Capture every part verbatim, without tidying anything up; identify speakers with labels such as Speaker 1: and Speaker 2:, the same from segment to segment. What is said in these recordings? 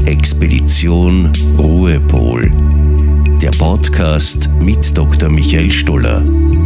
Speaker 1: Expedition Ruhepol. Der Podcast mit Doktor Michael Stoller.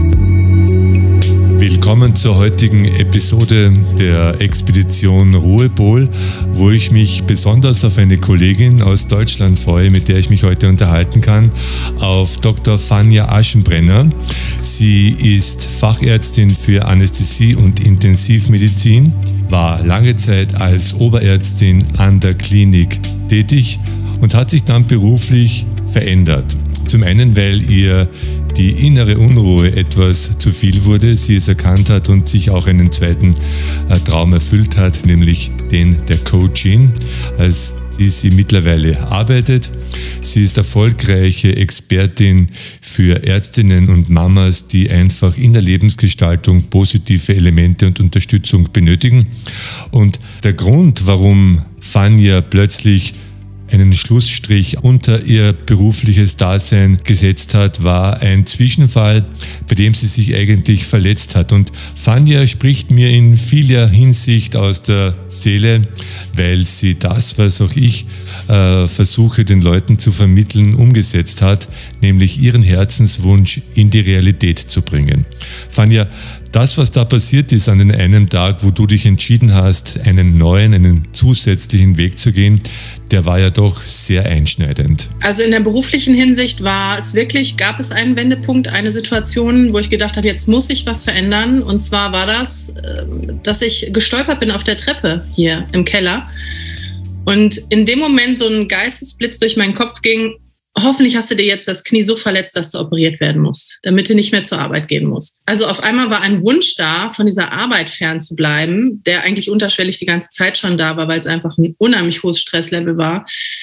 Speaker 2: Willkommen zur heutigen Episode der Expedition Ruhepol, wo ich mich besonders auf eine Kollegin aus Deutschland freue, mit der ich mich heute unterhalten kann, auf Doktor Vanja Aschenbrenner. Sie ist Fachärztin für Anästhesie und Intensivmedizin, war lange Zeit als Oberärztin an der Klinik tätig und hat sich dann beruflich verändert. Zum einen, weil ihr die innere Unruhe etwas zu viel wurde, sie es erkannt hat und sich auch einen zweiten äh, Traum erfüllt hat, nämlich den der Coaching, als die sie mittlerweile arbeitet. Sie ist erfolgreiche Expertin für Ärztinnen und Mamas, die einfach in der Lebensgestaltung positive Elemente und Unterstützung benötigen. Und der Grund, warum Vanja plötzlich einen Schlussstrich unter ihr berufliches Dasein gesetzt hat, war ein Zwischenfall, bei dem sie sich eigentlich verletzt hat. Und Vanja spricht mir in vieler Hinsicht aus der Seele, weil sie das, was auch ich äh, versuche, den Leuten zu vermitteln, umgesetzt hat, nämlich ihren Herzenswunsch in die Realität zu bringen. Vanja, das, was da passiert ist an einem Tag, wo du dich entschieden hast, einen neuen, einen zusätzlichen Weg zu gehen, der war ja doch sehr einschneidend.
Speaker 3: Also in der beruflichen Hinsicht war es wirklich, gab es einen Wendepunkt, eine Situation, wo ich gedacht habe, jetzt muss ich was verändern. Und zwar war das, dass ich gestolpert bin auf der Treppe hier im Keller. Und in dem Moment so ein Geistesblitz durch meinen Kopf ging: Hoffentlich hast du dir jetzt das Knie so verletzt, dass du operiert werden musst, damit du nicht mehr zur Arbeit gehen musst. Also auf einmal war ein Wunsch da, von dieser Arbeit fernzubleiben, der eigentlich unterschwellig die ganze Zeit schon da war, weil es einfach ein unheimlich hohes Stresslevel war.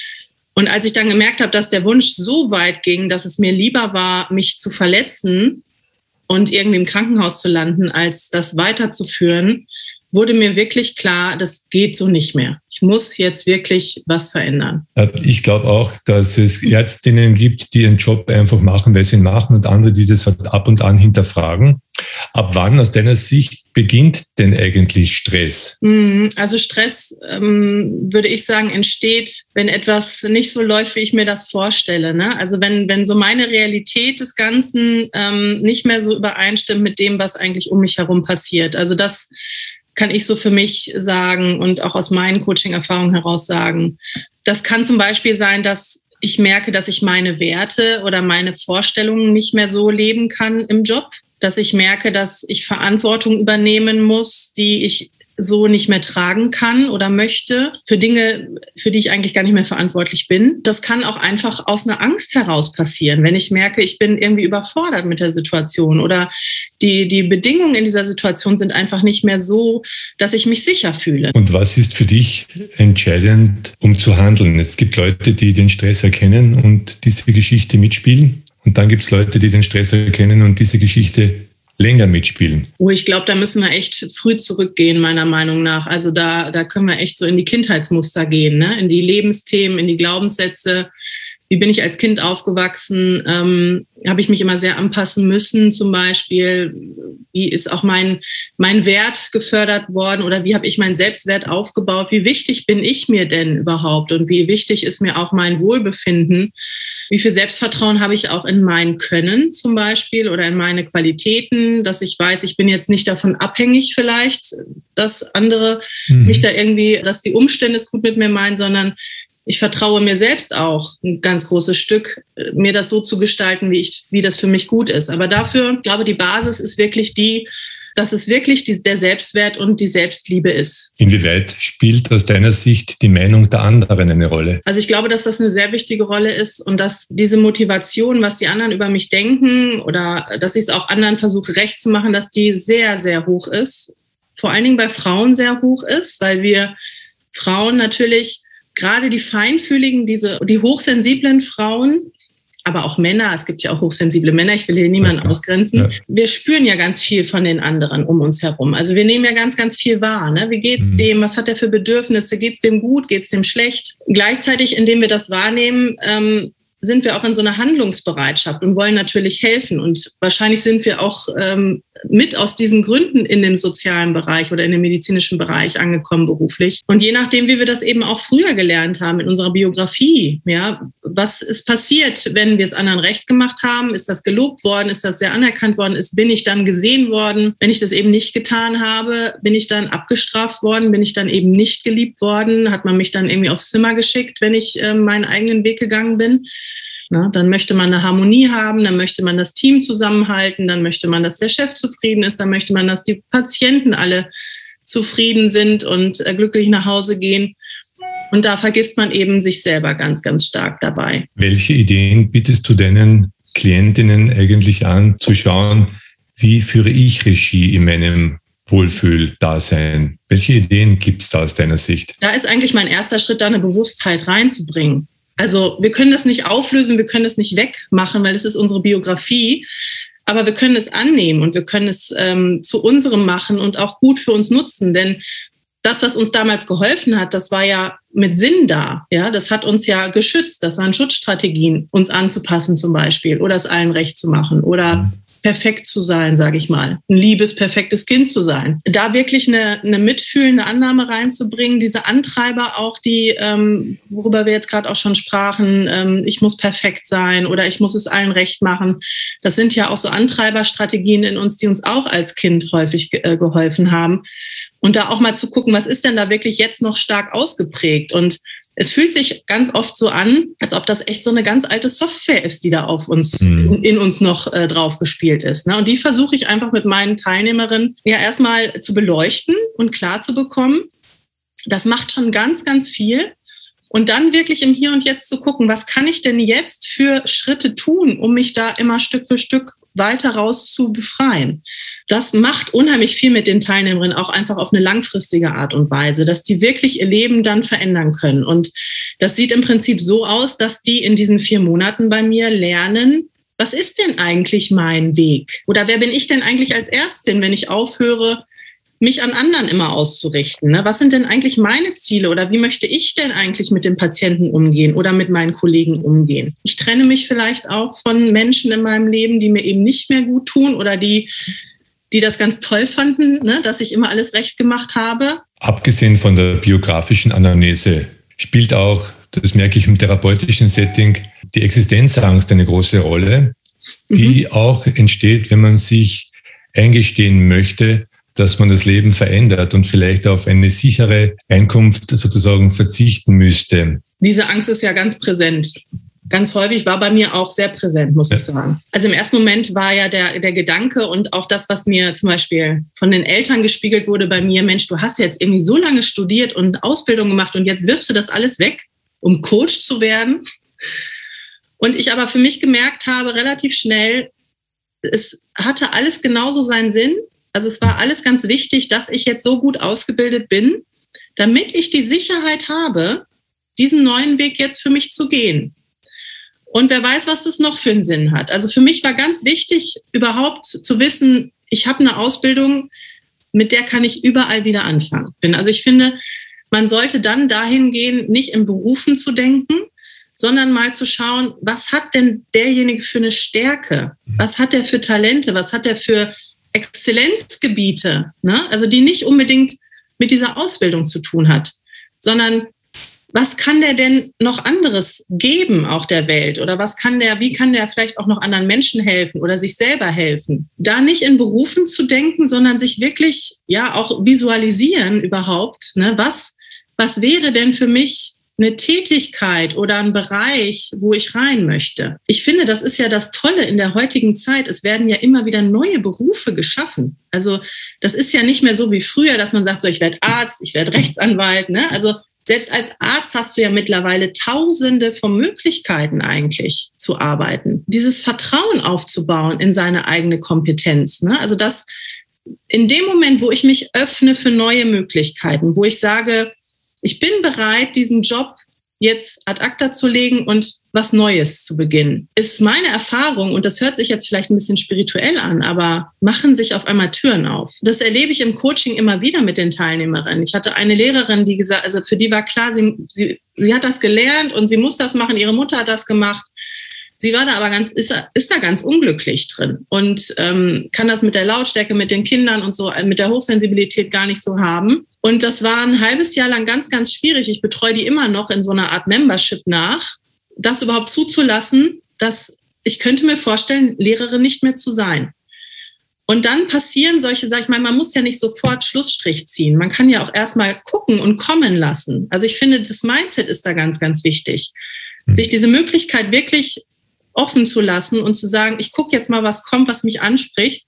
Speaker 3: Und als ich dann gemerkt habe, dass der Wunsch so weit ging, dass es mir lieber war, mich zu verletzen und irgendwie im Krankenhaus zu landen, als das weiterzuführen, wurde mir wirklich klar, das geht so nicht mehr. Ich muss jetzt wirklich was verändern.
Speaker 2: Ich glaube auch, dass es Ärztinnen gibt, die ihren Job einfach machen, weil sie ihn machen, und andere, die das halt ab und an hinterfragen. Ab wann aus deiner Sicht beginnt denn eigentlich Stress?
Speaker 3: Also Stress, ähm, würde ich sagen, entsteht, wenn etwas nicht so läuft, wie ich mir das vorstelle. Ne? Also wenn, wenn so meine Realität des Ganzen ähm, nicht mehr so übereinstimmt mit dem, was eigentlich um mich herum passiert. Also das kann ich so für mich sagen und auch aus meinen Coaching-Erfahrungen heraus sagen. Das kann zum Beispiel sein, dass ich merke, dass ich meine Werte oder meine Vorstellungen nicht mehr so leben kann im Job. Dass ich merke, dass ich Verantwortung übernehmen muss, die ich so nicht mehr tragen kann oder möchte, für Dinge, für die ich eigentlich gar nicht mehr verantwortlich bin. Das kann auch einfach aus einer Angst heraus passieren, wenn ich merke, ich bin irgendwie überfordert mit der Situation oder die, die Bedingungen in dieser Situation sind einfach nicht mehr so, dass ich mich sicher fühle.
Speaker 2: Und was ist für dich entscheidend, um zu handeln? Es gibt Leute, die den Stress erkennen und diese Geschichte mitspielen. Und dann gibt es Leute, die den Stress erkennen und diese Geschichte länger mitspielen.
Speaker 3: Oh, ich glaube, da müssen wir echt früh zurückgehen, meiner Meinung nach. Also da, da können wir echt so in die Kindheitsmuster gehen, ne? In die Lebensthemen, in die Glaubenssätze. Wie bin ich als Kind aufgewachsen? Ähm, habe ich mich immer sehr anpassen müssen zum Beispiel? Wie ist auch mein, mein Wert gefördert worden oder wie habe ich meinen Selbstwert aufgebaut? Wie wichtig bin ich mir denn überhaupt und wie wichtig ist mir auch mein Wohlbefinden? Wie viel Selbstvertrauen habe ich auch in mein Können zum Beispiel oder in meine Qualitäten, dass ich weiß, ich bin jetzt nicht davon abhängig vielleicht, dass andere mhm. mich da irgendwie, dass die Umstände es gut mit mir meinen, sondern ich vertraue mir selbst auch ein ganz großes Stück, mir das so zu gestalten, wie ich, wie das für mich gut ist. Aber dafür, ich glaube, die Basis ist wirklich die, dass es wirklich die, der Selbstwert und die Selbstliebe ist.
Speaker 2: Inwieweit spielt aus deiner Sicht die Meinung der anderen eine Rolle?
Speaker 3: Also ich glaube, dass das eine sehr wichtige Rolle ist und dass diese Motivation, was die anderen über mich denken oder dass ich es auch anderen versuche recht zu machen, dass die sehr, sehr hoch ist. Vor allen Dingen bei Frauen sehr hoch ist, weil wir Frauen natürlich, gerade die feinfühligen, diese, die hochsensiblen Frauen, aber auch Männer, es gibt ja auch hochsensible Männer, ich will hier niemanden ja, ausgrenzen. Ja. Wir spüren ja ganz viel von den anderen um uns herum. Also wir nehmen ja ganz, ganz viel wahr. Ne? Wie geht's mhm. dem? Was hat er für Bedürfnisse? Geht's dem gut? Geht's dem schlecht? Gleichzeitig, indem wir das wahrnehmen, ähm, sind wir auch in so einer Handlungsbereitschaft und wollen natürlich helfen. Und wahrscheinlich sind wir auch ähm, mit aus diesen Gründen in dem sozialen Bereich oder in dem medizinischen Bereich angekommen beruflich. Und je nachdem, wie wir das eben auch früher gelernt haben in unserer Biografie, ja, was ist passiert, wenn wir es anderen recht gemacht haben? Ist das gelobt worden? Ist das sehr anerkannt worden? Ist, bin ich dann gesehen worden? Wenn ich das eben nicht getan habe, bin ich dann abgestraft worden? Bin ich dann eben nicht geliebt worden? Hat man mich dann irgendwie aufs Zimmer geschickt, wenn ich äh, meinen eigenen Weg gegangen bin? Na, dann möchte man eine Harmonie haben, dann möchte man das Team zusammenhalten, dann möchte man, dass der Chef zufrieden ist, dann möchte man, dass die Patienten alle zufrieden sind und äh, glücklich nach Hause gehen. Und da vergisst man eben sich selber ganz, ganz stark dabei.
Speaker 2: Welche Ideen bietest du deinen Klientinnen eigentlich an, zu schauen, wie führe ich Regie in meinem Wohlfühl-Dasein? Welche Ideen gibt es da aus deiner Sicht?
Speaker 3: Da ist eigentlich mein erster Schritt, da eine Bewusstheit reinzubringen. Also wir können das nicht auflösen, wir können das nicht wegmachen, weil es ist unsere Biografie. Aber wir können es annehmen und wir können es ähm, zu unserem machen und auch gut für uns nutzen. Denn das, was uns damals geholfen hat, das war ja mit Sinn da. Ja, das hat uns ja geschützt. Das waren Schutzstrategien, uns anzupassen zum Beispiel oder es allen recht zu machen oder perfekt zu sein, sage ich mal. Ein liebes, perfektes Kind zu sein. Da wirklich eine, eine mitfühlende Annahme reinzubringen, diese Antreiber auch, die, ähm, worüber wir jetzt gerade auch schon sprachen, ähm, ich muss perfekt sein oder ich muss es allen recht machen. Das sind ja auch so Antreiberstrategien in uns, die uns auch als Kind häufig äh, geholfen haben. Und da auch mal zu gucken, was ist denn da wirklich jetzt noch stark ausgeprägt? Und es fühlt sich ganz oft so an, als ob das echt so eine ganz alte Software ist, die da auf uns, mhm. in, in uns noch äh, drauf gespielt ist. Ne? Und die versuche ich einfach mit meinen Teilnehmerinnen ja erstmal zu beleuchten und klar zu bekommen. Das macht schon ganz, ganz viel. Und dann wirklich im Hier und Jetzt zu gucken, was kann ich denn jetzt für Schritte tun, um mich da immer Stück für Stück weiter raus zu befreien. Das macht unheimlich viel mit den Teilnehmerinnen, auch einfach auf eine langfristige Art und Weise, dass die wirklich ihr Leben dann verändern können. Und das sieht im Prinzip so aus, dass die in diesen vier Monaten bei mir lernen, was ist denn eigentlich mein Weg? Oder wer bin ich denn eigentlich als Ärztin, wenn ich aufhöre, mich an anderen immer auszurichten? Ne? Was sind denn eigentlich meine Ziele oder wie möchte ich denn eigentlich mit dem Patienten umgehen oder mit meinen Kollegen umgehen? Ich trenne mich vielleicht auch von Menschen in meinem Leben, die mir eben nicht mehr gut tun oder die die das ganz toll fanden, ne, dass ich immer alles recht gemacht habe.
Speaker 2: Abgesehen von der biografischen Anamnese spielt auch, das merke ich im therapeutischen Setting, die Existenzangst eine große Rolle, die mhm. auch entsteht, wenn man sich eingestehen möchte, dass man das Leben verändert und vielleicht auf eine sichere Einkunft sozusagen verzichten müsste.
Speaker 3: Diese Angst ist ja ganz präsent. Ganz häufig, war bei mir auch sehr präsent, muss ja. ich sagen. Also im ersten Moment war ja der, der Gedanke und auch das, was mir zum Beispiel von den Eltern gespiegelt wurde bei mir, Mensch, du hast jetzt irgendwie so lange studiert und Ausbildung gemacht und jetzt wirfst du das alles weg, um Coach zu werden. Und ich aber für mich gemerkt habe, relativ schnell, es hatte alles genauso seinen Sinn. Also es war alles ganz wichtig, dass ich jetzt so gut ausgebildet bin, damit ich die Sicherheit habe, diesen neuen Weg jetzt für mich zu gehen. Und wer weiß, was das noch für einen Sinn hat. Also für mich war ganz wichtig, überhaupt zu wissen, ich habe eine Ausbildung, mit der kann ich überall wieder anfangen. Also ich finde, man sollte dann dahin gehen, nicht in Berufen zu denken, sondern mal zu schauen, was hat denn derjenige für eine Stärke? Was hat der für Talente? Was hat der für Exzellenzgebiete? Ne? Also die nicht unbedingt mit dieser Ausbildung zu tun hat, sondern was kann der denn noch anderes geben, auch der Welt? Oder was kann der, wie kann der vielleicht auch noch anderen Menschen helfen oder sich selber helfen? Da nicht in Berufen zu denken, sondern sich wirklich, ja, auch visualisieren überhaupt, ne? Was, was wäre denn für mich eine Tätigkeit oder ein Bereich, wo ich rein möchte? Ich finde, das ist ja das Tolle in der heutigen Zeit. Es werden ja immer wieder neue Berufe geschaffen. Also das ist ja nicht mehr so wie früher, dass man sagt, so, ich werde Arzt, ich werde Rechtsanwalt, ne? Also selbst als Arzt hast du ja mittlerweile tausende von Möglichkeiten eigentlich zu arbeiten. Dieses Vertrauen aufzubauen in seine eigene Kompetenz. Ne? Also das in dem Moment, wo ich mich öffne für neue Möglichkeiten, wo ich sage, ich bin bereit, diesen Job jetzt ad acta zu legen und was Neues zu beginnen, ist meine Erfahrung, und das hört sich jetzt vielleicht ein bisschen spirituell an, aber machen sich auf einmal Türen auf. Das erlebe ich im Coaching immer wieder mit den Teilnehmerinnen. Ich hatte eine Lehrerin, die gesagt, also für die war klar, sie, sie, sie hat das gelernt und sie muss das machen, ihre Mutter hat das gemacht. Sie war da aber ganz, ist, ist da ganz unglücklich drin und ähm, kann das mit der Lautstärke, mit den Kindern und so, mit der Hochsensibilität gar nicht so haben. Und das war ein halbes Jahr lang ganz, ganz schwierig. Ich betreue die immer noch in so einer Art Membership nach, das überhaupt zuzulassen, dass ich könnte mir vorstellen, Lehrerin nicht mehr zu sein. Und dann passieren solche, sag ich mal, man muss ja nicht sofort Schlussstrich ziehen. Man kann ja auch erstmal gucken und kommen lassen. Also ich finde, das Mindset ist da ganz, ganz wichtig. Sich diese Möglichkeit wirklich offen zu lassen und zu sagen, ich gucke jetzt mal, was kommt, was mich anspricht.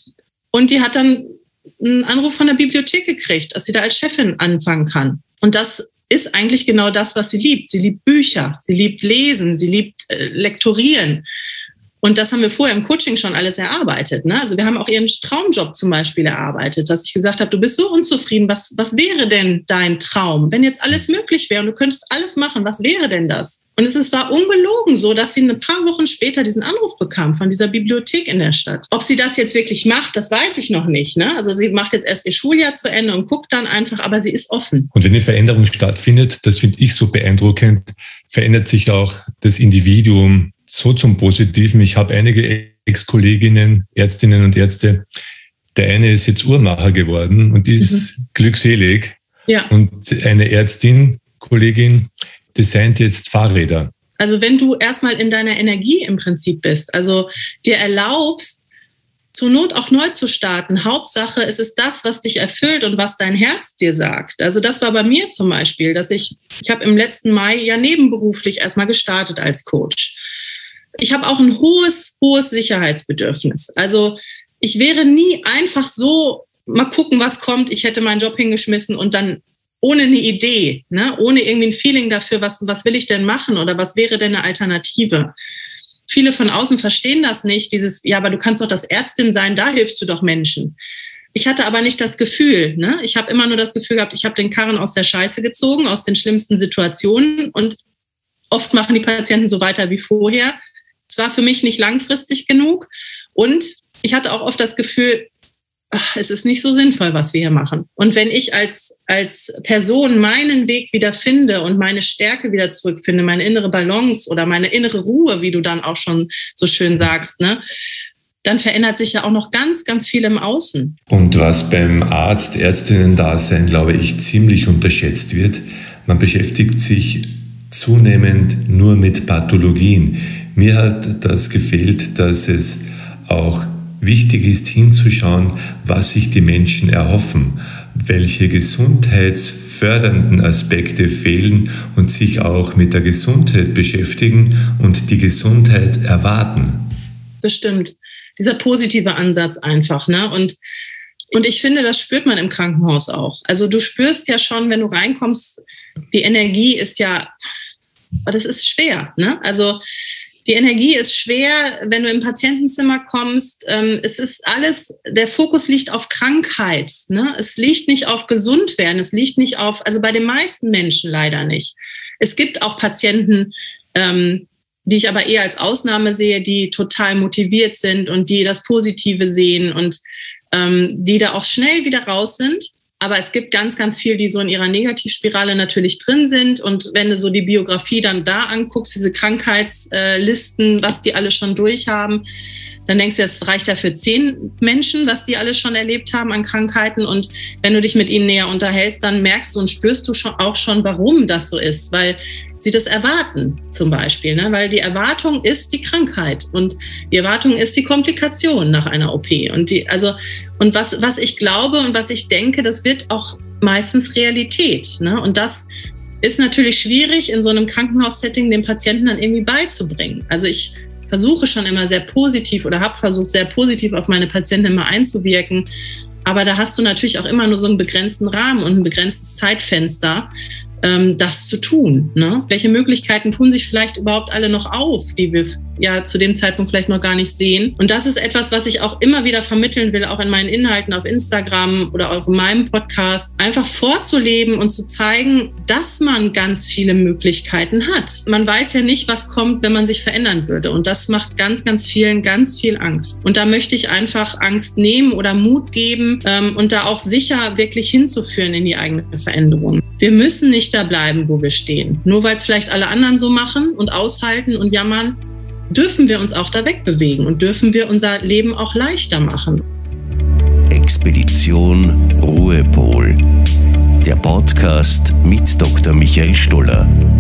Speaker 3: Und die hat dann einen Anruf von der Bibliothek gekriegt, dass sie da als Chefin anfangen kann. Und das ist eigentlich genau das, was sie liebt. Sie liebt Bücher, sie liebt Lesen, sie liebt äh, Lektorieren. Und das haben wir vorher im Coaching schon alles erarbeitet. Ne? Also wir haben auch ihren Traumjob zum Beispiel erarbeitet, dass ich gesagt habe, du bist so unzufrieden, was, was wäre denn dein Traum? Wenn jetzt alles möglich wäre und du könntest alles machen, was wäre denn das? Und es ist, war ungelogen so, dass sie ein paar Wochen später diesen Anruf bekam von dieser Bibliothek in der Stadt. Ob sie das jetzt wirklich macht, das weiß ich noch nicht. Ne? Also sie macht jetzt erst ihr Schuljahr zu Ende und guckt dann einfach, aber sie ist offen.
Speaker 2: Und wenn eine Veränderung stattfindet, das finde ich so beeindruckend, verändert sich auch das Individuum so zum Positiven. Ich habe einige Ex-Kolleginnen, Ärztinnen und Ärzte. Der eine ist jetzt Uhrmacher geworden und ist mhm. glückselig.
Speaker 3: Ja.
Speaker 2: Und eine Ärztin, Kollegin, designt jetzt Fahrräder.
Speaker 3: Also wenn du erstmal in deiner Energie im Prinzip bist, also dir erlaubst, zur Not auch neu zu starten. Hauptsache, es ist das, was dich erfüllt und was dein Herz dir sagt. Also das war bei mir zum Beispiel, dass ich, ich habe im letzten Mai ja nebenberuflich erstmal gestartet als Coach. Ich habe auch ein hohes, hohes Sicherheitsbedürfnis. Also ich wäre nie einfach so, mal gucken, was kommt. Ich hätte meinen Job hingeschmissen und dann ohne eine Idee, ne? Ohne irgendwie ein Feeling dafür, was, was will ich denn machen oder was wäre denn eine Alternative. Viele von außen verstehen das nicht, dieses, ja, aber du kannst doch das Ärztin sein, da hilfst du doch Menschen. Ich hatte aber nicht das Gefühl, ne? Ich habe immer nur das Gefühl gehabt, ich habe den Karren aus der Scheiße gezogen, aus den schlimmsten Situationen und oft machen die Patienten so weiter wie vorher. Es war für mich nicht langfristig genug und ich hatte auch oft das Gefühl, ach, es ist nicht so sinnvoll, was wir hier machen. Und wenn ich als, als Person meinen Weg wieder finde und meine Stärke wieder zurückfinde, meine innere Balance oder meine innere Ruhe, wie du dann auch schon so schön sagst, ne, dann verändert sich ja auch noch ganz, ganz viel im Außen.
Speaker 2: Und was beim Arzt, Ärztinnen-Dasein, glaube ich, ziemlich unterschätzt wird, man beschäftigt sich zunehmend nur mit Pathologien. Mir hat das gefehlt, dass es auch wichtig ist, hinzuschauen, was sich die Menschen erhoffen, welche gesundheitsfördernden Aspekte fehlen und sich auch mit der Gesundheit beschäftigen und die Gesundheit erwarten.
Speaker 3: Das stimmt. Dieser positive Ansatz einfach, ne? Und, und ich finde, das spürt man im Krankenhaus auch. Also du spürst ja schon, wenn du reinkommst, die Energie ist ja, das ist schwer, ne? Also die Energie ist schwer, wenn du im Patientenzimmer kommst. Ähm, es ist alles, der Fokus liegt auf Krankheit, ne? Es liegt nicht auf Gesundwerden, es liegt nicht auf, also bei den meisten Menschen leider nicht. Es gibt auch Patienten, ähm, die ich aber eher als Ausnahme sehe, die total motiviert sind und die das Positive sehen und ähm, die da auch schnell wieder raus sind. Aber es gibt ganz, ganz viel, die so in ihrer Negativspirale natürlich drin sind. Und wenn du so die Biografie dann da anguckst, diese Krankheitslisten, was die alle schon durchhaben, dann denkst du, es reicht ja für zehn Menschen, was die alle schon erlebt haben an Krankheiten. Und wenn du dich mit ihnen näher unterhältst, dann merkst du und spürst du schon auch schon, warum das so ist. Weil sie das erwarten zum Beispiel, ne? Weil die Erwartung ist die Krankheit und die Erwartung ist die Komplikation nach einer O P. Und, die, also, und was, was ich glaube und was ich denke, das wird auch meistens Realität. Ne? Und das ist natürlich schwierig in so einem Krankenhaussetting dem Patienten dann irgendwie beizubringen. Also ich versuche schon immer sehr positiv oder habe versucht, sehr positiv auf meine Patienten immer einzuwirken. Aber da hast du natürlich auch immer nur so einen begrenzten Rahmen und ein begrenztes Zeitfenster, ähm, das zu tun. Ne? Welche Möglichkeiten tun sich vielleicht überhaupt alle noch auf, die wir ja zu dem Zeitpunkt vielleicht noch gar nicht sehen? Und das ist etwas, was ich auch immer wieder vermitteln will, auch in meinen Inhalten auf Instagram oder auch in meinem Podcast, einfach vorzuleben und zu zeigen, dass man ganz viele Möglichkeiten hat. Man weiß ja nicht, was kommt, wenn man sich verändern würde. Und das macht ganz, ganz vielen ganz viel Angst. Und da möchte ich einfach Angst nehmen oder Mut geben ähm, und da auch sicher wirklich hinzuführen in die eigene Veränderung. Wir müssen nicht da bleiben, wo wir stehen. Nur weil es vielleicht alle anderen so machen und aushalten und jammern, dürfen wir uns auch da wegbewegen und dürfen wir unser Leben auch leichter machen.
Speaker 1: Expedition Ruhepol, der Podcast mit Doktor Michael Stoller.